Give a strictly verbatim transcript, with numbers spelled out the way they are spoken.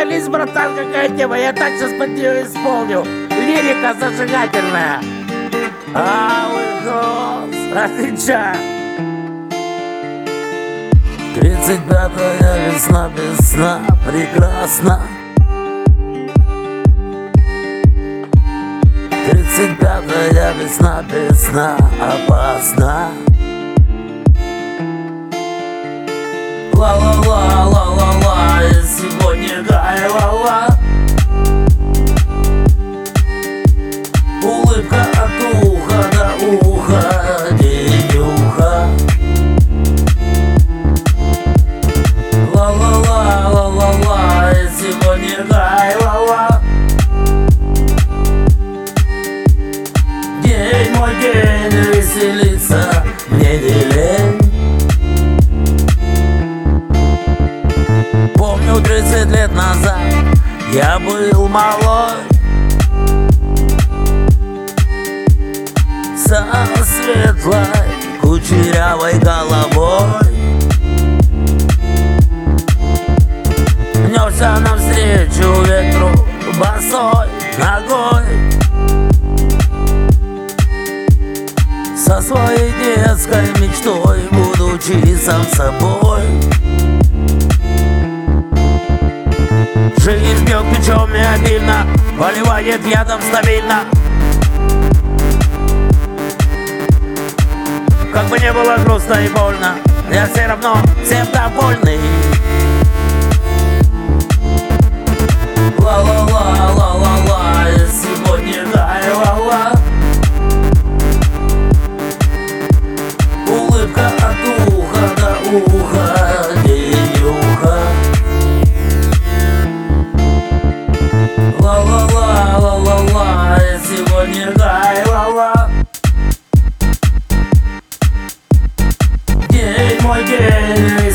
Колись, братан, какая тема, я так сейчас под нее исполню. Лирика зажигательная. Алый голос, а ты чё? Тридцать пятая весна без сна, прекрасно. Тридцать пятая весна без сна, опасно. Ла-ла-ла, ла-ла-ла, и сегодня гай-ла-ла. Улыбка от уха до уха, денюха. Ла-ла-ла, ла-ла-ла, и сегодня гай-ла-ла. День мой день, веселиться мне не лень. Помню, тридцать лет назад я был малой, со светлой кучерявой головой. Несся навстречу ветру босой ногой, со своей детской мечтой, будучи сам собой. Жизнь бьет ключом и обильно, поливает ядом стабильно. Как бы не было грустно и больно, я все равно всем довольный. Ла-ла-ла, ла-ла-ла, и сегодня гай-ла-ла. Улыбка от уха до уха, денюха. Ла-ла-ла, ла-ла-ла, и сегодня гай-ла-ла. День мой день.